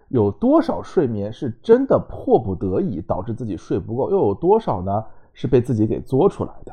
有多少睡眠是真的迫不得已导致自己睡不够，又有多少呢是被自己给作出来的。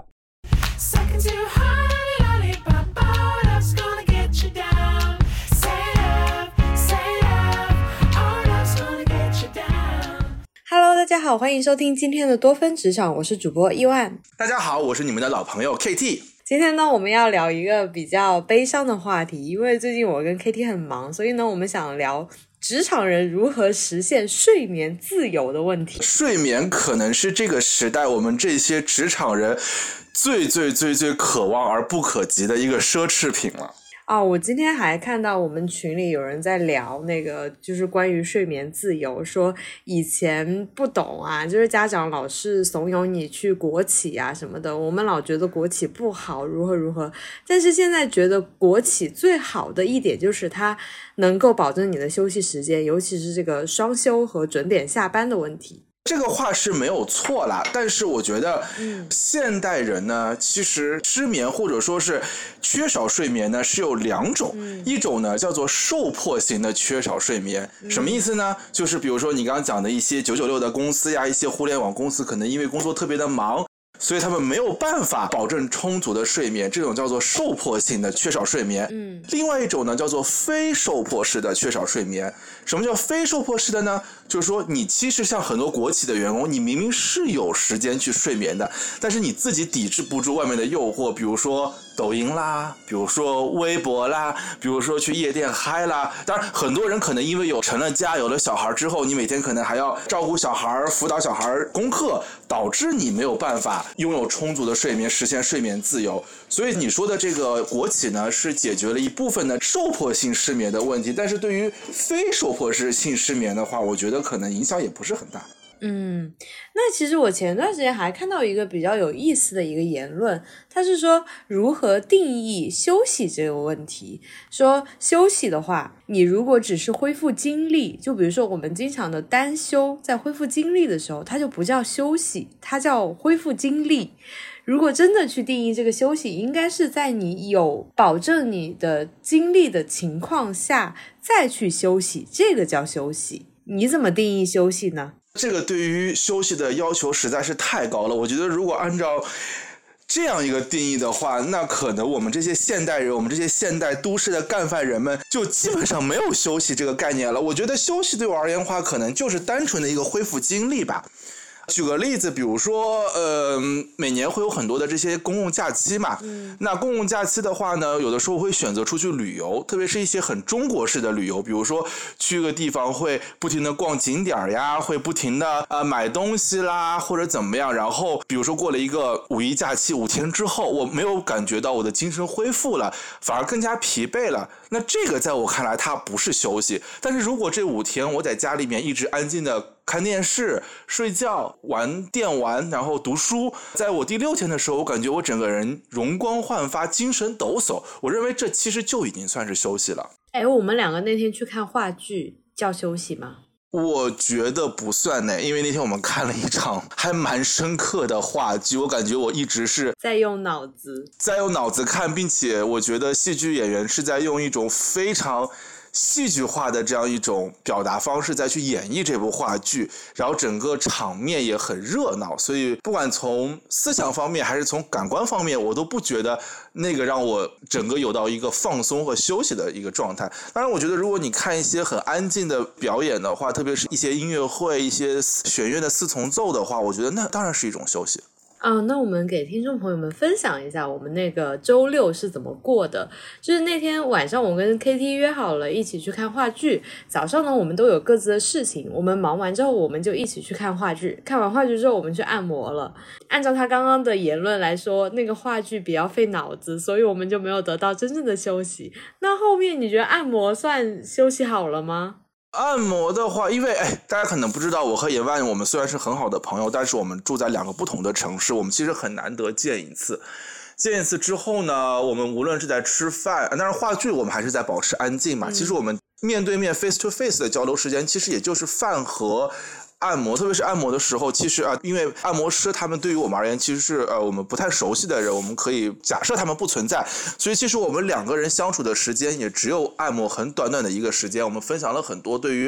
Hello， 大家好，欢迎收听今天的多芬职场，我是主播伊万。 大家好，我是你们的老朋友 KT。 今天呢，我们要聊一个比较悲伤的话题，因为最近我跟 KT 很忙，所以呢，我们想聊职场人如何实现睡眠自由的问题。 睡眠可能是这个时代我们这些职场人最渴望而不可及的一个奢侈品了。 我今天还看到我们群里有人在聊那个就是关于睡眠自由，说以前不懂啊，就是家长老是怂恿你去国企啊什么的，我们老觉得国企不好如何，但是现在觉得国企最好的一点就是它能够保证你的休息时间，尤其是这个双休和准点下班的问题。 这个话是没有错啦，但是我觉得现代人呢，其实失眠或者说是缺少睡眠呢是有两种，一种呢叫做受迫型的缺少睡眠。什么意思呢？就是比如说你刚刚讲的一些996的公司呀，一些互联网公司可能因为工作特别的忙，所以他们没有办法保证充足的睡眠，这种叫做受迫性的缺少睡眠。另外一种呢叫做非受迫式的缺少睡眠。什么叫非受迫式的呢？就是说你其实像很多国企的员工，你明明是有时间去睡眠的，但是你自己抵制不住外面的诱惑，比如说抖音啦，比如说微博啦，比如说去夜店嗨啦。当然很多人可能因为成了家有了小孩之后，你每天可能还要照顾小孩辅导小孩功课，导致你没有办法拥有充足的睡眠，实现睡眠自由。所以你说的这个国企呢，是解决了一部分的受迫性失眠的问题，但是对于非受迫性失眠的话，我觉得可能影响也不是很大。 那其实我前段时间还看到一个比较有意思的一个言论，他是说如何定义休息这个问题。说休息的话，你如果只是恢复精力，就比如说我们经常的单休，在恢复精力的时候，它就不叫休息，它叫恢复精力。如果真的去定义这个休息，应该是在你有保证你的精力的情况下再去休息，这个叫休息。你怎么定义休息呢？ 这个对于休息的要求实在是太高了，我觉得如果按照这样一个定义的话，那可能我们这些现代人，我们这些现代都市的干饭人们就基本上没有休息这个概念了。我觉得休息对我而言的话，可能就是单纯的一个恢复精力吧。举个例子，比如说每年会有很多的这些公共假期嘛，那公共假期的话呢，有的时候会选择出去旅游，特别是一些很中国式的旅游，比如说去个地方会不停的逛景点呀，会不停的买东西啦，或者怎么样，然后比如说过了一个五一假期5天之后，我没有感觉到我的精神恢复了，反而更加疲惫了，那这个在我看来它不是休息。但是如果这5天我在家里面一直安静的看电视、睡觉、玩电玩，然后读书，在我第6天的时候，我感觉我整个人容光焕发，精神抖擞，我认为这其实就已经算是休息了。 我们两个那天去看话剧，叫休息吗？ 我觉得不算呢，因为那天我们看了一场还蛮深刻的话剧，我感觉我一直是在用脑子看，并且我觉得戏剧演员是在用一种非常戏剧化的这样一种表达方式再去演绎这部话剧，然后整个场面也很热闹，所以不管从思想方面还是从感官方面，我都不觉得那个让我整个有到一个放松和休息的一个状态。当然我觉得如果你看一些很安静的表演的话，特别是一些音乐会、一些弦乐的4重奏的话，我觉得那当然是一种休息。 那我们给听众朋友们分享一下我们那个周六是怎么过的。就是那天晚上我跟 KT 约好了一起去看话剧，早上呢我们都有各自的事情，我们忙完之后我们就一起去看话剧，看完话剧之后我们去按摩了。按照他刚刚的言论来说，那个话剧比较费脑子，所以我们就没有得到真正的休息。那后面你觉得按摩算休息好了吗？ 按摩的话，因为大家可能不知道，我和野万我们虽然是很好的朋友，但是我们住在2个不同的城市，我们其实很难得见一次。见一次之后呢，我们无论是在吃饭，当然话剧我们还是在保持安静嘛。其实我们面对面 face to face 的交流时间，其实也就是饭和按摩，特别是按摩的时候，其实因为按摩师他们对于我们而言其实是我们不太熟悉的人，我们可以假设他们不存在，所以其实我们2个人相处的时间也只有按摩很短短的一个时间。我们分享了很多对于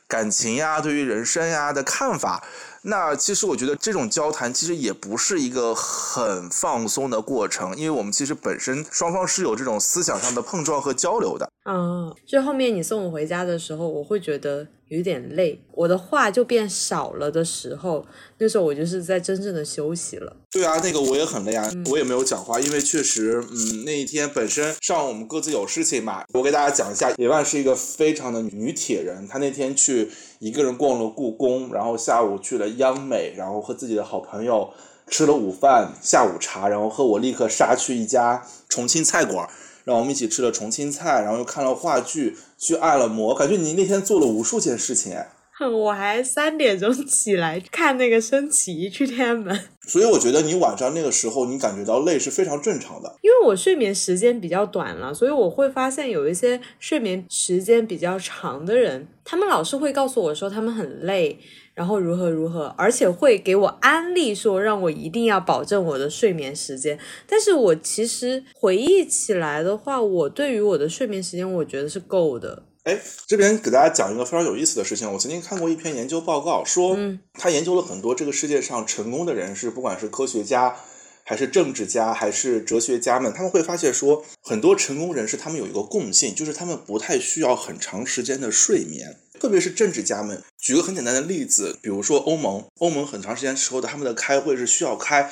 感情呀、对于人生呀的看法。那其实我觉得这种交谈其实也不是一个很放松的过程，因为我们其实本身双方是有这种思想上的碰撞和交流的。 就后面你送我回家的时候，我会觉得有点累，我的话就变少了的时候，那时候我就是在真正的休息了。 对啊，那个我也很累啊，我也没有讲话，因为确实那一天本身上午我们各自有事情嘛。我给大家讲一下，野万是一个非常的女铁人，她那天去一个人逛了故宫，然后下午去了央美，然后和自己的好朋友吃了午饭下午茶，然后和我立刻杀去一家重庆菜馆，然后我们一起吃了重庆菜，然后又看了话剧，去按了摩，感觉你那天做了无数件事情哎。 我还3点钟起来看那个升旗去天安门， 所以我觉得你晚上那个时候你感觉到累是非常正常的。 因为我睡眠时间比较短了，所以我会发现有一些睡眠时间比较长的人，他们老是会告诉我说他们很累，然后如何如何，而且会给我安利说让我一定要保证我的睡眠时间。但是我其实回忆起来的话，我对于我的睡眠时间我觉得是够的。 这边给大家讲一个非常有意思的事情。我曾经看过一篇研究报告，说他研究了很多这个世界上成功的人士，不管是科学家还是政治家还是哲学家们，他们会发现说很多成功人士他们有一个共性，就是他们不太需要很长时间的睡眠。特别是政治家们，举个很简单的例子，比如说欧盟很长时间时候的他们的开会是需要开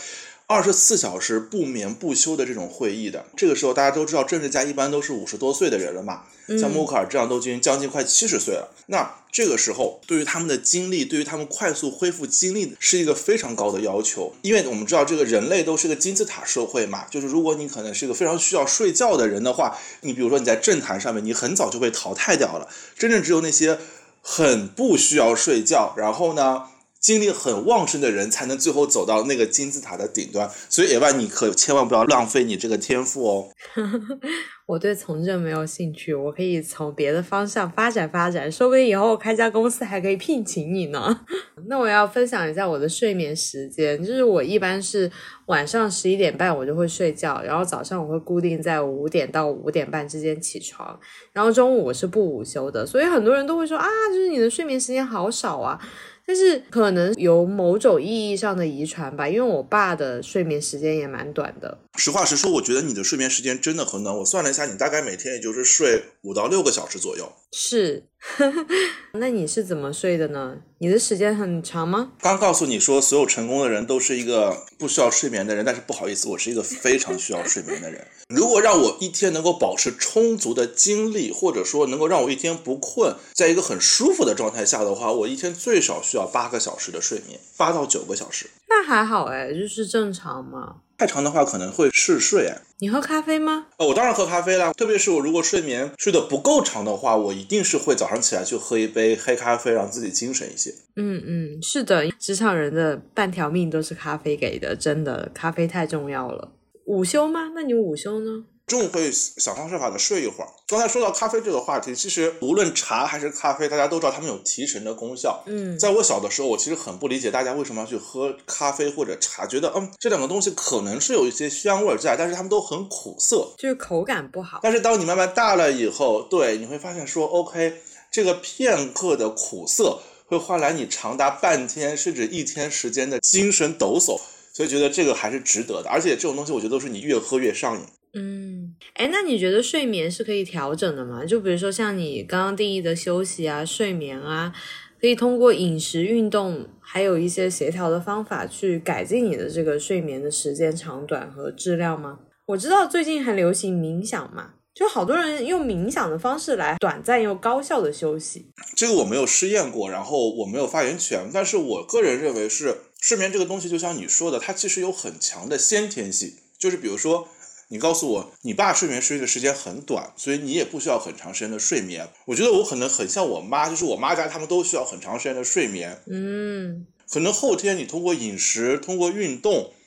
24小时不眠不休的这种会议的。这个时候大家都知道政治家一般都是50多岁的人了嘛，像默克尔这样都已经将近快70岁了。那这个时候对于他们的精力，对于他们快速恢复精力是一个非常高的要求。因为我们知道这个人类都是个金字塔社会嘛，就是如果你可能是一个非常需要睡觉的人的话，你比如说你在政坛上面你很早就被淘汰掉了，真正只有那些很不需要睡觉，然后呢精力很旺盛的人才能最后走到那个金字塔的顶端。所以野外你可千万不要浪费你这个天赋哦。 我对从政没有兴趣，我可以从别的方向发展发展，说不定以后开家公司还可以聘请你呢。那我要分享一下我的睡眠时间，就是我一般是晚上11点半我就会睡觉，然后早上我会固定在5点到5点半之间起床，然后中午我是不午休的。所以很多人都会说啊，就是你的睡眠时间好少啊，但是可能有某种意义上的遗传吧，因为我爸的睡眠时间也蛮短的。 实话实说，我觉得你的睡眠时间真的很短，我算了一下，你大概每天也就是睡5到6个小时左右。 是那你是怎么睡的呢？你的时间很长吗？ 刚告诉你说所有成功的人都是一个不需要睡眠的人，但是不好意思，我是一个非常需要睡眠的人。如果让我一天能够保持充足的精力，或者说能够让我一天不困，在一个很舒服的状态下的话，我一天最少需要8个小时的睡眠，8到9个小时。 那还好就是正常嘛。 太长的话可能会嗜睡。 你喝咖啡吗？ 我当然喝咖啡啦，特别是我如果睡眠睡得不够长的话，我一定是会早上起来去喝一杯黑咖啡，让自己精神一些。 是的，职场人的半条命都是咖啡给的，真的，咖啡太重要了。午休吗？那你午休呢？ 中午会想方设法的睡一会儿。刚才说到咖啡这个话题，其实无论茶还是咖啡，大家都知道它们有提神的功效。在我小的时候，我其实很不理解大家为什么要去喝咖啡或者茶，觉得这两个东西可能是有一些香味在，但是它们都很苦涩， 就是口感不好。 但是当你慢慢大了以后，对，你会发现说 OK， 这个片刻的苦涩会换来你长达半天甚至1天时间的精神抖擞，所以觉得这个还是值得的。而且这种东西我觉得都是你越喝越上瘾。 那你觉得睡眠是可以调整的吗？就比如说像你刚刚定义的休息啊、睡眠啊，可以通过饮食、运动还有一些协调的方法去改进你的这个睡眠的时间长短和质量吗？我知道最近很流行冥想嘛，就好多人用冥想的方式来短暂又高效的休息。 这个我没有试验过，然后我没有发言权，但是我个人认为是睡眠这个东西就像你说的，它其实有很强的先天性。就是比如说你告诉我你爸睡眠睡的时间很短，所以你也不需要很长时间的睡眠。我觉得我可能很像我妈，就是我妈家他们都需要很长时间的睡眠。可能后天你通过饮食通过运动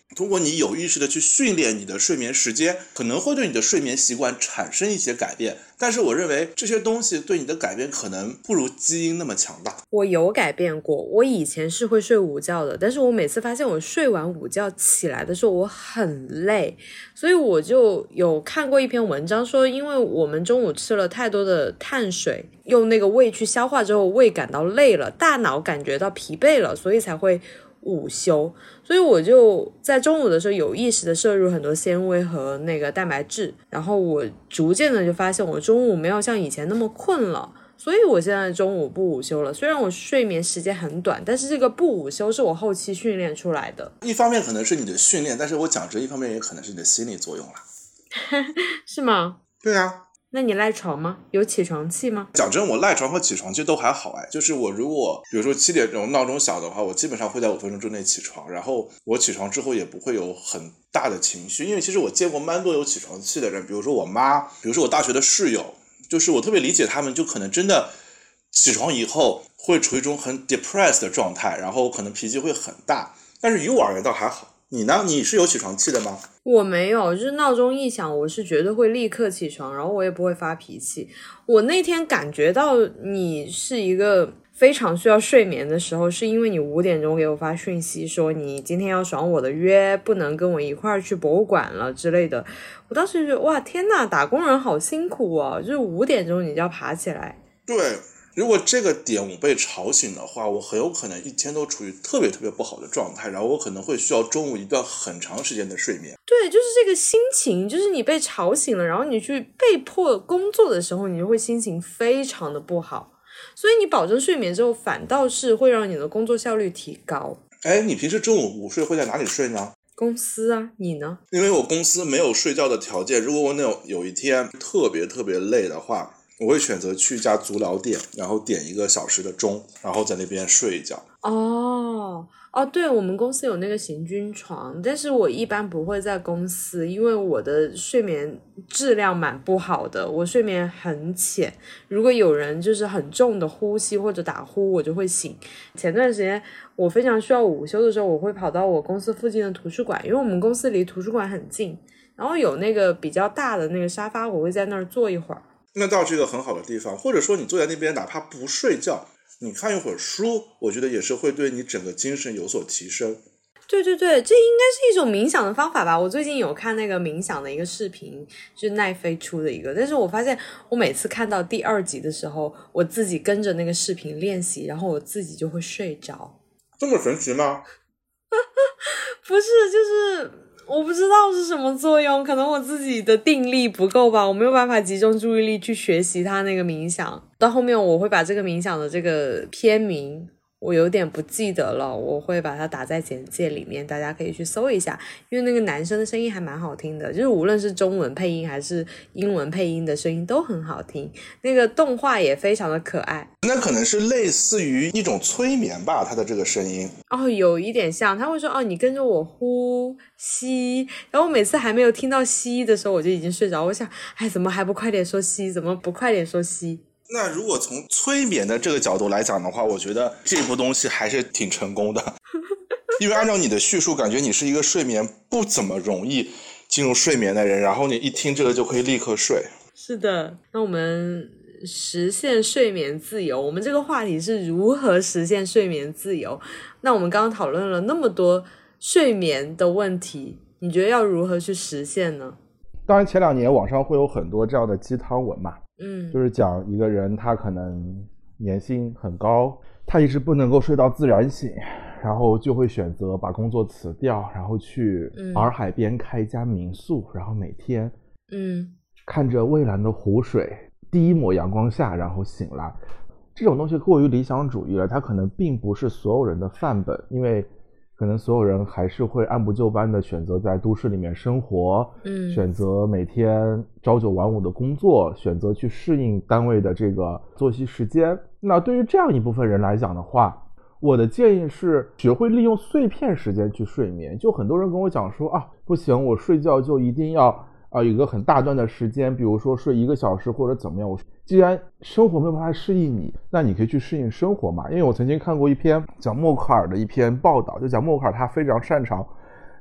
通过你有意识的去训练你的睡眠时间，可能会对你的睡眠习惯产生一些改变，但是我认为这些东西对你的改变可能不如基因那么强大。 我有改变过，我以前是会睡午觉的，但是我每次发现我睡完午觉起来的时候我很累，所以我就有看过一篇文章说，因为我们中午吃了太多的碳水，用那个胃去消化之后，胃感到累了，大脑感觉到疲惫了，所以才会午休。所以我就在中午的时候有意识的摄入很多纤维和那个蛋白质，然后我逐渐的就发现我中午没有像以前那么困了，所以我现在中午不午休了。虽然我睡眠时间很短，但是这个不午休是我后期训练出来的。 一方面可能是你的训练，但是我讲这一方面也可能是你的心理作用了。 是吗？ 对啊。 那你赖床吗？有起床气吗？ 讲真，我赖床和起床气都还好就是我如果比如说7点钟闹钟响的话，我基本上会在5分钟之内起床，然后我起床之后也不会有很大的情绪，因为其实我见过蛮多有起床气的人，比如说我妈，比如说我大学的室友，就是我特别理解他们，就可能真的起床以后会处于一种很 depressed 的状态，然后可能脾气会很大，但是于我而言倒还好。你呢？你是有起床气的吗？ 我没有，就是闹钟一响我是绝对会立刻起床，然后我也不会发脾气。我那天感觉到你是一个非常需要睡眠的时候，是因为你5点钟给我发讯息说你今天要爽我的约，不能跟我一块儿去博物馆了之类的。我当时就觉得哇天哪，打工人好辛苦哦，就是5点钟你就要爬起来。 对，如果这个点我被吵醒的话，我很有可能一天都处于特别特别不好的状态，然后我可能会需要中午一段很长时间的睡眠。 对，就是这个心情，就是你被吵醒了，然后你去被迫工作的时候，你就会心情非常的不好。所以你保证睡眠之后，反倒是会让你的工作效率提高。 你平时中午午睡会在哪里睡呢？ 公司啊，你呢？ 因为我公司没有睡觉的条件，如果我有一天特别特别累的话，我会选择去一家足疗店，然后点1个小时的钟，然后在那边睡一觉。 对，我们公司有那个行军床，但是我一般不会在公司，因为我的睡眠质量蛮不好的，我睡眠很浅，如果有人就是很重的呼吸或者打呼，我就会醒。前段时间我非常需要午休的时候，我会跑到我公司附近的图书馆，因为我们公司离图书馆很近，然后有那个比较大的那个沙发，我会在那儿坐一会儿。 那倒是一个很好的地方，或者说你坐在那边哪怕不睡觉，你看一会儿书，我觉得也是会对你整个精神有所提升。 对对对，这应该是一种冥想的方法吧。我最近有看那个冥想的一个视频，就是奈飞出的一个，但是我发现我每次看到第2集的时候，我自己跟着那个视频练习，然后我自己就会睡着。 这么神奇吗？ 不是，就是我不知道是什么作用，可能我自己的定力不够吧，我没有办法集中注意力去学习它那个冥想。到后面我会把这个冥想的这个片名我有点不记得了，我会把它打在简介里面，大家可以去搜一下，因为那个男生的声音还蛮好听的，就是无论是中文配音还是英文配音的声音都很好听，那个动画也非常的可爱。 那可能是类似于一种催眠吧，他的这个声音有一点像，他会说你跟着我呼吸，然后我每次还没有听到吸的时候我就已经睡着，我想怎么还不快点说吸，怎么不快点说吸。 那如果从催眠的这个角度来讲的话，我觉得这部东西还是挺成功的因为按照你的叙述，感觉你是一个睡眠不怎么容易进入睡眠的人，然后你一听这个就可以立刻睡。 是的，那我们实现睡眠自由，我们这个话题是如何实现睡眠自由。那我们刚刚讨论了那么多睡眠的问题，你觉得要如何去实现呢？ 当然前2年网上会有很多这样的鸡汤文嘛，就是讲一个人他可能年薪很高，他一直不能够睡到自然醒，然后就会选择把工作辞掉，然后去洱海边开一家民宿，然后每天看着蔚蓝的湖水，第一抹阳光下然后醒来。这种东西过于理想主义了，它可能并不是所有人的范本，因为可能所有人还是会按部就班的选择在都市里面生活，选择每天朝9晚5的工作，选择去适应单位的这个作息时间。那对于这样一部分人来讲的话，我的建议是学会利用碎片时间去睡眠。就很多人跟我讲说不行，我睡觉就一定要有一个很大段的时间，比如说睡1个小时或者怎么样。既然生活没有办法适应你，那你可以去适应生活嘛。因为我曾经看过一篇讲默克尔的一篇报道，就讲默克尔他非常擅长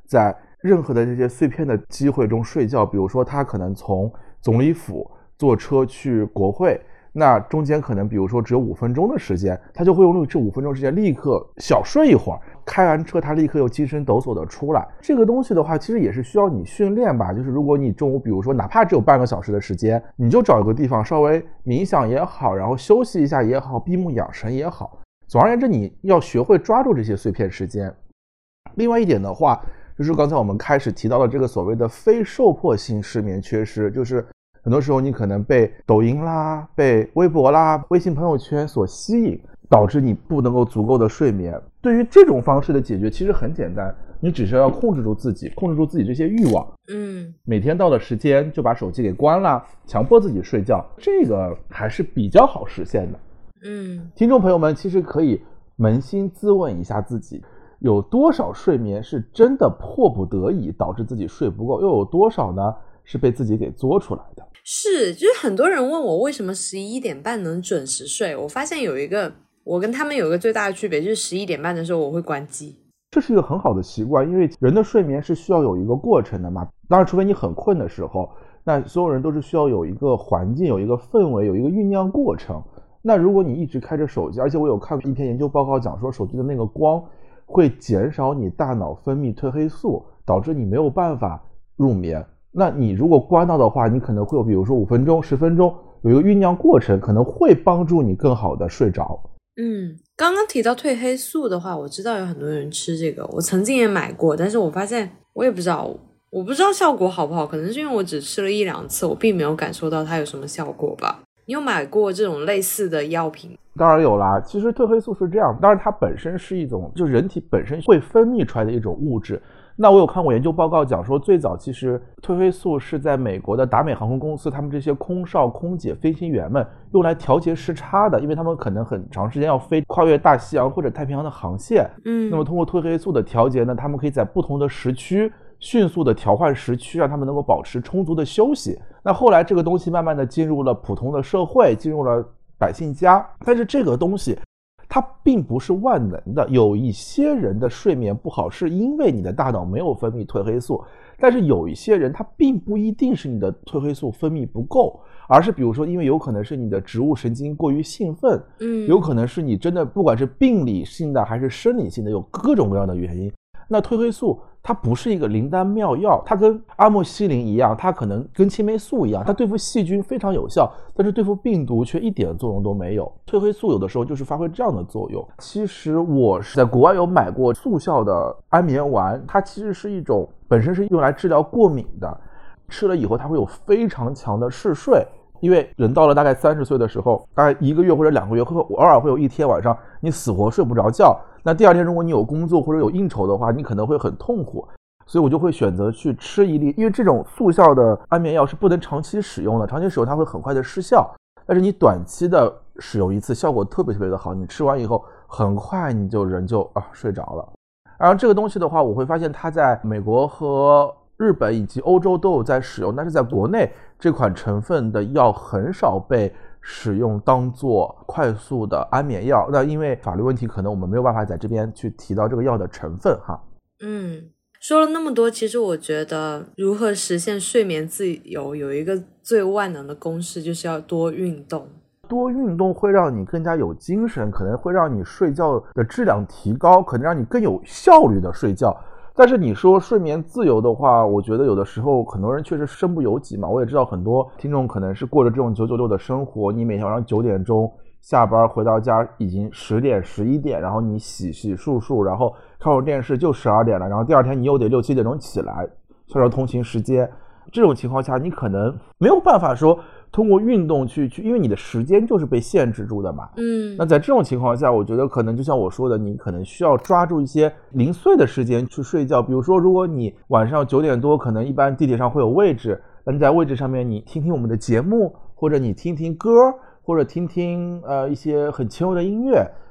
在任何的这些碎片的机会中睡觉。比如说他可能从总理府坐车去国会，那中间可能比如说只有5分钟的时间，他就会用这5分钟时间立刻小睡一会儿，开完车他立刻又精神抖擞的出来。这个东西的话其实也是需要你训练吧，就是如果你中午比如说哪怕只有半个小时的时间，你就找一个地方稍微冥想也好，然后休息一下也好，闭目养神也好，总而言之你要学会抓住这些碎片时间。另外一点的话，就是刚才我们开始提到的这个所谓的非受迫性失眠缺失，就是很多时候你可能被抖音啦、被微博啦、微信朋友圈所吸引，导致你不能够足够的睡眠。对于这种方式的解决其实很简单，你只是要控制住自己这些欲望。每天到了时间就把手机给关了，强迫自己睡觉，这个还是比较好实现的。听众朋友们其实可以扪心自问一下自己，有多少睡眠是真的迫不得已导致自己睡不够，又有多少呢是被自己给作出来的。 是，就是很多人问我为什么11点半能准时睡，我发现我跟他们有一个最大的区别，就是11点半的时候我会关机。 这是一个很好的习惯，因为人的睡眠是需要有一个过程的嘛。当然除非你很困的时候，那所有人都是需要有一个环境，有一个氛围，有一个酝酿过程。那如果你一直开着手机，而且我有看过一篇研究报告讲说手机的那个光会减少你大脑分泌褪黑素，导致你没有办法入眠。那你如果关到的话，你可能会有比如说5分钟10分钟有一个酝酿过程，可能会帮助你更好的睡着。 刚刚提到褪黑素的话，我知道有很多人吃这个，我曾经也买过，但是我发现我不知道效果好不好，可能是因为我只吃了1-2次，我并没有感受到它有什么效果吧。你有买过这种类似的药品？ 当然有啦。其实褪黑素是这样，当然它本身是一种就人体本身会分泌出来的一种物质。那我有看过研究报告讲说，最早其实褪黑素是在美国的达美航空公司，他们这些空少空姐飞行员们用来调节时差的，因为他们可能很长时间要飞跨越大西洋或者太平洋的航线。那么通过褪黑素的调节呢，他们可以在不同的时区迅速的调换时区，让他们能够保持充足的休息。那后来这个东西慢慢的进入了普通的社会，进入了百姓家，但是这个东西它并不是万能的。有一些人的睡眠不好是因为你的大脑没有分泌褪黑素，但是有一些人他并不一定是你的褪黑素分泌不够，而是比如说因为有可能是你的植物神经过于兴奋，有可能是你真的不管是病理性的还是生理性的，有各种各样的原因。那褪黑素它不是一个灵丹妙药，它跟阿莫西林一样，它可能跟青霉素一样，它对付细菌非常有效，但是对付病毒却一点作用都没有。褪黑素有的时候就是发挥这样的作用。其实我是在国外有买过速效的安眠丸，它其实是一种本身是用来治疗过敏的，吃了以后它会有非常强的嗜睡。因为人到了大概30岁的时候，大概1个月或者2个月偶尔会有一天晚上你死活睡不着觉，那第二天如果你有工作或者有应酬的话，你可能会很痛苦，所以我就会选择去吃一粒。因为这种速效的安眠药是不能长期使用的，长期使用它会很快的失效，但是你短期的使用一次效果特别的好，你吃完以后很快你就人就睡着了。然后这个东西的话，我会发现它在美国和日本以及欧洲都有在使用，但是在国内这款成分的药很少被使用当做快速的安眠药。那因为法律问题，可能我们没有办法在这边去提到这个药的成分哈。 说了那么多，其实我觉得如何实现睡眠自由有一个最万能的公式，就是要多运动。 多运动会让你更加有精神，可能会让你睡觉的质量提高，可能让你更有效率的睡觉。但是你说睡眠自由的话，我觉得有的时候很多人确实身不由己嘛。我也知道很多听众可能是过着这种996的生活，你每天晚上9点钟下班回到家已经10点11点，然后你洗洗漱漱，然后看会儿电视就12点了，然后第二天你又得6、7点钟起来，算上通勤时间。这种情况下你可能没有办法说通过运动去，因为你的时间就是被限制住的嘛。那在这种情况下，我觉得可能就像我说的，你可能需要抓住一些零碎的时间去睡觉。比如说，如果你晚上9点多，可能一般地铁上会有位置，那你在位置上面你听听我们的节目，或者你听听歌，或者听听一些很轻柔的音乐，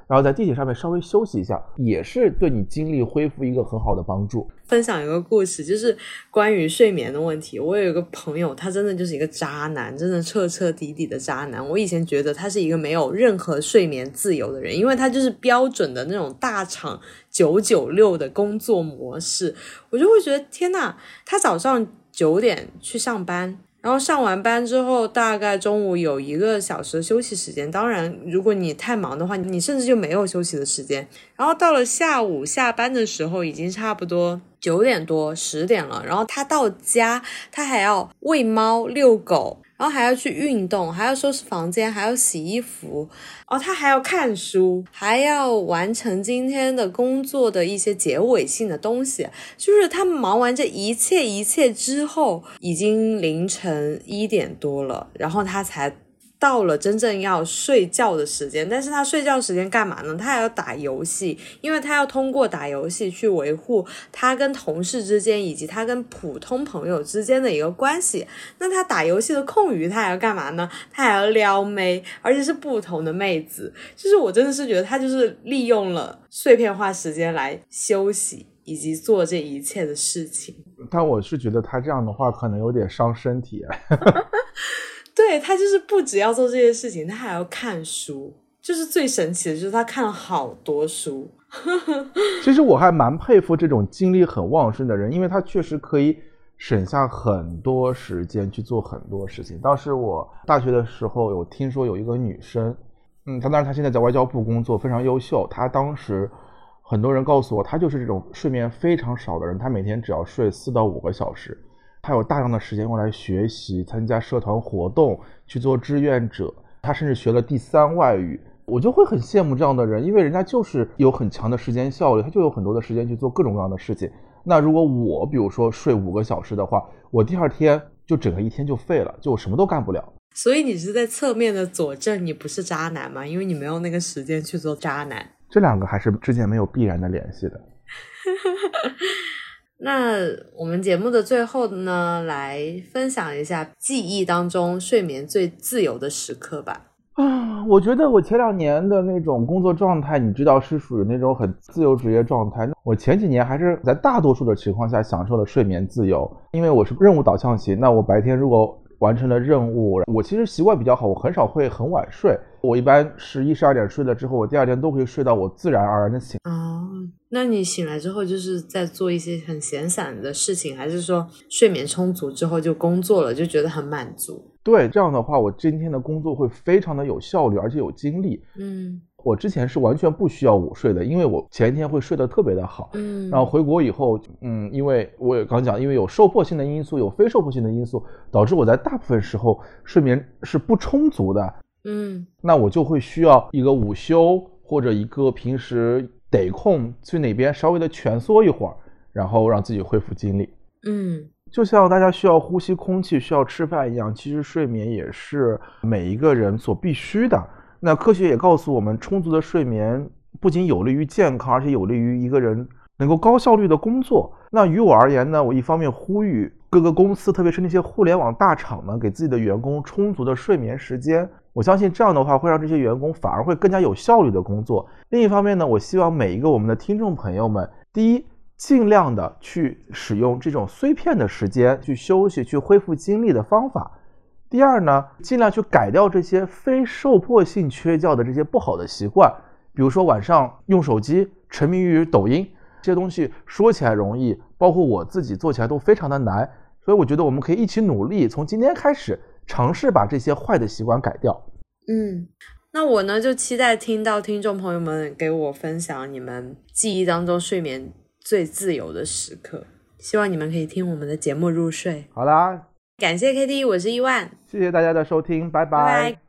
然后在地铁上面稍微休息一下，也是对你精力恢复一个很好的帮助。 分享一个故事，就是关于睡眠的问题。我有一个朋友，他真的就是一个渣男，真的彻彻底底的渣男。我以前觉得他是一个没有任何睡眠自由的人，因为他就是标准的那种大厂996的工作模式，我就会觉得天哪，他早上9点去上班，然后上完班之后大概中午有1个小时的休息时间，当然如果你太忙的话，你甚至就没有休息的时间，然后到了下午下班的时候已经差不多9点多10点了，然后他到家他还要喂猫遛狗，然后还要去运动，还要收拾房间，还要洗衣服，他还要看书，还要完成今天的工作的一些结尾性的东西，就是他忙完这一切之后已经凌晨1点多了，然后他才到了真正要睡觉的时间。但是他睡觉时间干嘛呢？他还要打游戏，因为他要通过打游戏去维护他跟同事之间以及他跟普通朋友之间的一个关系。那他打游戏的空余他还要干嘛呢？他还要撩妹，而且是不同的妹子。就是我真的是觉得他就是利用了碎片化时间来休息以及做这一切的事情。 但我是觉得他这样的话可能有点伤身体对，他就是不只要做这些事情，他还要看书，就是最神奇的就是他看了好多书其实我还蛮佩服这种精力很旺盛的人，因为他确实可以省下很多时间去做很多事情。当时我大学的时候有听说有一个女生，当然她现在在外交部工作，非常优秀。她当时很多人告诉我，她就是这种睡眠非常少的人，她每天只要睡4到5个小时，她有大量的时间用来学习，参加社团活动，去做志愿者，她甚至学了第3外语。我就会很羡慕这样的人，因为人家就是有很强的时间效率，他就有很多的时间去做各种各样的事情。那如果我比如说睡5个小时的话，我第2天就整个一天就废了，就我什么都干不了。 所以你是在侧面的佐证你不是渣男吗？因为你没有那个时间去做渣男。 这2个还是之间没有必然的联系的那我们节目的最后呢，来分享一下记忆当中睡眠最自由的时刻吧。 我觉得我前2年的那种工作状态，你知道是属于那种很自由职业状态。我前几年还是在大多数的情况下享受了睡眠自由，因为我是任务导向型。那我白天如果完成了任务，我其实习惯比较好，我很少会很晚睡。我一般11、12点睡了之后，我第2天都可以睡到我自然而然的醒。 那你醒来之后就是在做一些很闲散的事情，还是说睡眠充足之后就工作了，就觉得很满足？ 对，这样的话我今天的工作会非常的有效率，而且有精力。我之前是完全不需要午睡的，因为我前一天会睡得特别的好。然后回国以后，因为我也刚讲，因为有受迫性的因素，有非受迫性的因素，导致我在大部分时候睡眠是不充足的。那我就会需要一个午休，或者一个平时得空去哪边稍微的蜷缩一会儿，然后让自己恢复精力。就像大家需要呼吸空气，需要吃饭一样，其实睡眠也是每一个人所必须的。那科学也告诉我们，充足的睡眠不仅有利于健康，而且有利于一个人能够高效率的工作。那于我而言呢，我一方面呼吁各个公司，特别是那些互联网大厂呢，给自己的员工充足的睡眠时间。我相信这样的话会让这些员工反而会更加有效率的工作。另一方面呢，我希望每一个我们的听众朋友们，第一，尽量的去使用这种碎片的时间去休息，去恢复精力的方法。第二呢，尽量去改掉这些非受迫性缺觉的这些不好的习惯，比如说晚上用手机沉迷于抖音，这些东西说起来容易，包括我自己做起来都非常的难。所以我觉得我们可以一起努力，从今天开始尝试把这些坏的习惯改掉。 那我呢就期待听到听众朋友们给我分享你们记忆当中睡眠最自由的时刻，希望你们可以听我们的节目入睡。 好啦， 感谢 KT， 我是伊万， 谢谢大家的收听，拜拜。